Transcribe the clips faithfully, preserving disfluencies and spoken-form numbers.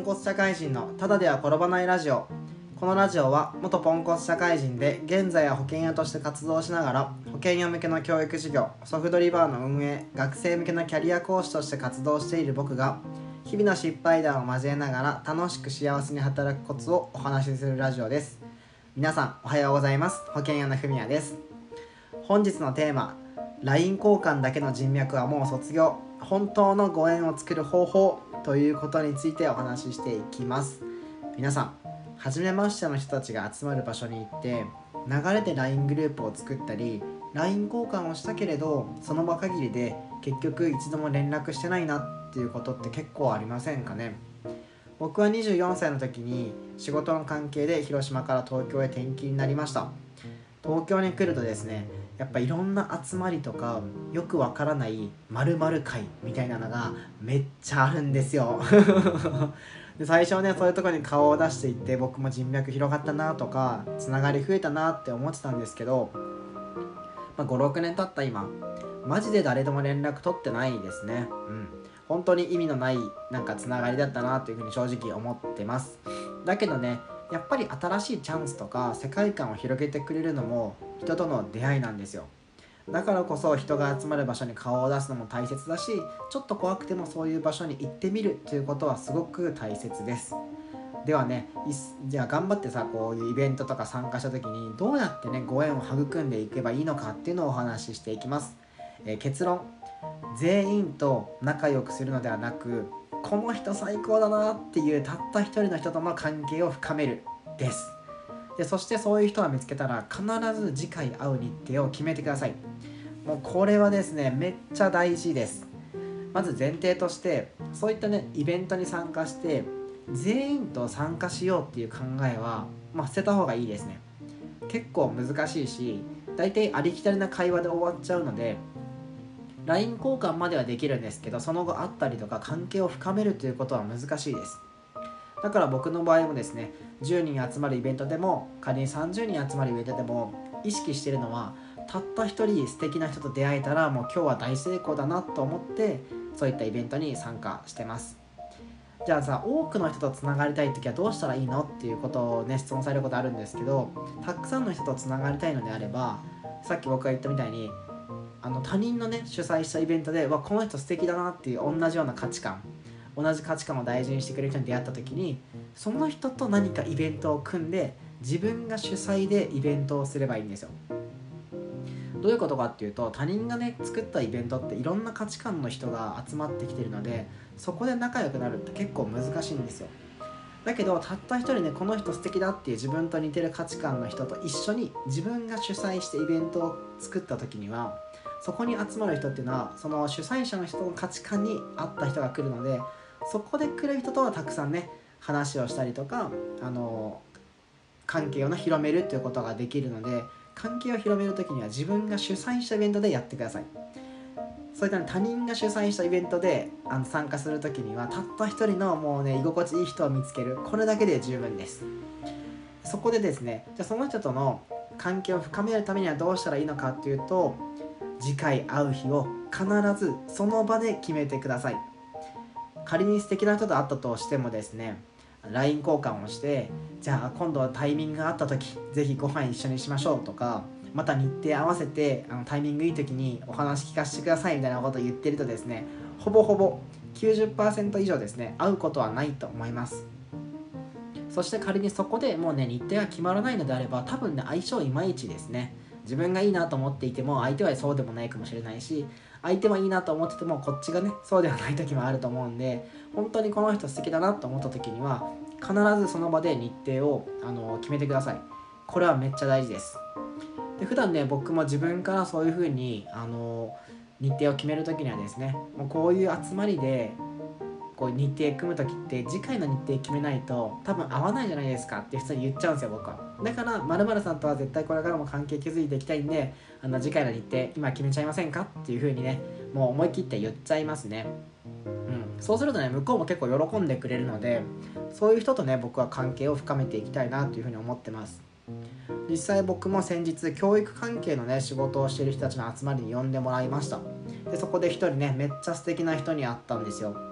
ンコツ社会人のただでは転ばないラジオ。このラジオは元ポンコツ社会人で現在は保険屋として活動しながら保険屋向けの教育事業ソフトリバーの運営、学生向けのキャリア講師として活動している僕が日々の失敗談を交えながら楽しく幸せに働くコツをお話しするラジオです。皆さんおはようございます。保険屋のふみやです。本日のテーマ、 ライン 交換だけの人脈はもう卒業、本当のご縁を作る方法ということについてお話ししていきます。皆さん、初めましての人たちが集まる場所に行って流れで ライン グループを作ったり ライン 交換をしたけれどその場限りで結局一度も連絡してないなっていうことって結構ありませんかね。僕はにじゅうよんさいの時に仕事の関係で広島から東京へ転勤になりました。東京に来るとですね、やっぱいろんな集まりとかよくわからない〇〇会みたいなのがめっちゃあるんですよで最初ね、そういうところに顔を出していって僕も人脈広がったなとかつながり増えたなって思ってたんですけど、まあ、ごろくねん経った今マジで誰とも連絡取ってないですね。うん本当に意味のないなんかつながりだったなというふうに正直思ってます。だけどね、やっぱり新しいチャンスとか世界観を広げてくれるのも人との出会いなんですよ。だからこそ人が集まる場所に顔を出すのも大切だし、ちょっと怖くてもそういう場所に行ってみるということはすごく大切です。ではね、じゃあ頑張ってさ、こういうイベントとか参加した時にどうやってねご縁を育んでいけばいいのかっていうのをお話ししていきます。えー、結論、全員と仲良くするのではなく、この人最高だなっていうたった一人の人との関係を深めるです。でそしてそういう人を見つけたら必ず次回会う日程を決めてください。もうこれはですねめっちゃ大事です。まず前提としてそういったねイベントに参加して全員と参加しようっていう考えは、まあ、捨てた方がいいですね。結構難しいし大体ありきたりな会話で終わっちゃうので ライン 交換まではできるんですけど、その後会ったりとか関係を深めるということは難しいです。だから僕の場合もですね、じゅうにん集まるイベントでも仮にさんじゅうにん集まるイベントでも意識しているのは、たった一人素敵な人と出会えたらもう今日は大成功だなと思ってそういったイベントに参加してます。じゃあさ、多くの人とつながりたい時はどうしたらいいのっていうことをね質問されることあるんですけど、たくさんの人とつながりたいのであれば、さっき僕が言ったみたいにあの他人のね主催したイベントでわこの人素敵だなっていう同じような価値観同じ価値観を大事にしてくれる人に出会った時に、その人と何かイベントを組んで自分が主催でイベントをすればいいんですよ。どういうことかっていうと、他人がね作ったイベントっていろんな価値観の人が集まってきてるので、そこで仲良くなるって結構難しいんですよ。だけどたった一人ね、この人素敵だっていう自分と似てる価値観の人と一緒に自分が主催してイベントを作った時には、そこに集まる人っていうのはその主催者の人の価値観に合った人が来るので、そこで来る人とはたくさんね話をしたりとか、あの関係を、ね、広めるということができるので、関係を広めるときには自分が主催したイベントでやってください。そういった、ね、他人が主催したイベントであの参加するときにはたった一人のもうね居心地いい人を見つける、これだけで十分です。そこでですね、じゃあその人との関係を深めるためにはどうしたらいいのかっていうと、次回会う日を必ずその場で決めてください。仮に素敵な人と会ったとしてもですね、 ライン 交換をして、じゃあ今度はタイミングがあった時ぜひご飯一緒にしましょうとか、また日程合わせてあのタイミングいい時にお話聞かせてくださいみたいなことを言ってるとですね、ほぼほぼ きゅうじゅっパーセント 以上ですね会うことはないと思います。そして仮にそこでもうね日程が決まらないのであれば、多分ね相性いまいちですね。自分がいいなと思っていても相手はそうでもないかもしれないし、相手はいいなと思っててもこっちがねそうではない時もあると思うんで、本当にこの人素敵だなと思った時には必ずその場で日程をあの決めてください。これはめっちゃ大事です。で普段ね僕も自分からそういう風にあの日程を決める時にはですね、もうこういう集まりでこう日程組む時って次回の日程決めないと多分合わないじゃないですかって普通に言っちゃうんですよ僕は。だから〇〇さんとは絶対これからも関係築いていきたいんで、あの次回の日程今決めちゃいませんかっていう風にねもう思い切って言っちゃいますね。うん、そうするとね向こうも結構喜んでくれるので、そういう人とね僕は関係を深めていきたいなという風に思ってます。実際僕も先日教育関係のね仕事をしている人たちの集まりに呼んでもらいました。でそこで一人ねめっちゃ素敵な人に会ったんですよ。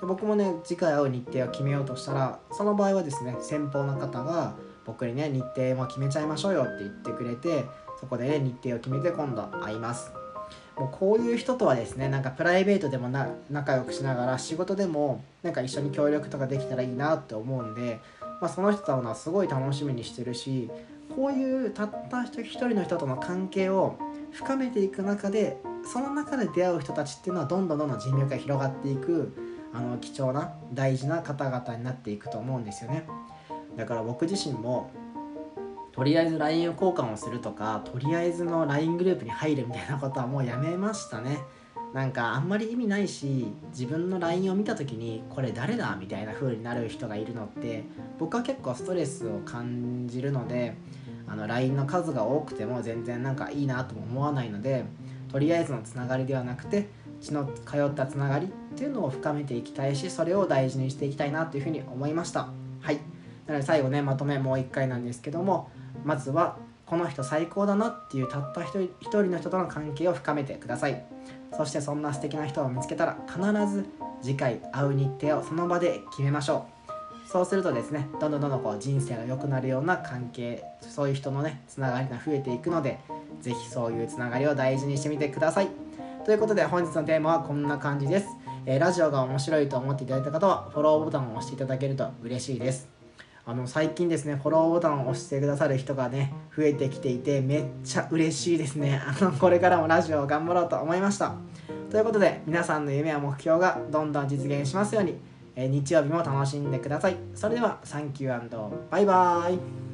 で僕もね次回会う日程を決めようとしたら、その場合はですね先方の方が僕にね日程も決めちゃいましょうよって言ってくれて、そこでね日程を決めて今度会います。もうこういう人とはですね、なんかプライベートでもな仲良くしながら仕事でもなんか一緒に協力とかできたらいいなって思うんで、まあ、その人とはすごい楽しみにしてるし、こういうたった一人の人との関係を深めていく中で、その中で出会う人たちっていうのはどんどんどんどん人脈が広がっていく、あの貴重な大事な方々になっていくと思うんですよね。だから僕自身もとりあえず ライン を交換をするとか、とりあえずの ライン グループに入るみたいなことはもうやめましたね。なんかあんまり意味ないし、自分の ライン を見た時にこれ誰だみたいな風になる人がいるのって僕は結構ストレスを感じるので、あの ライン の数が多くても全然なんかいいなとも思わないので、とりあえずのつながりではなくて血の通ったつながりっていうのを深めていきたいし、それを大事にしていきたいなというふうに思いました。はい、なので最後ねまとめもう一回なんですけども、まずはこの人最高だなっていうたった一人一人の人との関係を深めてください。そしてそんな素敵な人を見つけたら必ず次回会う日程をその場で決めましょう。そうするとですね、どんどんどんどんこう人生が良くなるような関係、そういう人のねつながりが増えていくので、ぜひそういうつながりを大事にしてみてください。ということで本日のテーマはこんな感じです。えー、ラジオが面白いと思っていただいた方はフォローボタンを押していただけると嬉しいです。あの最近ですねフォローボタンを押してくださる人がね増えてきていて、めっちゃ嬉しいですね。あのこれからもラジオを頑張ろうと思いました。ということで皆さんの夢や目標がどんどん実現しますように、えー、日曜日も楽しんでください。それではサンキュー&バイバーイ。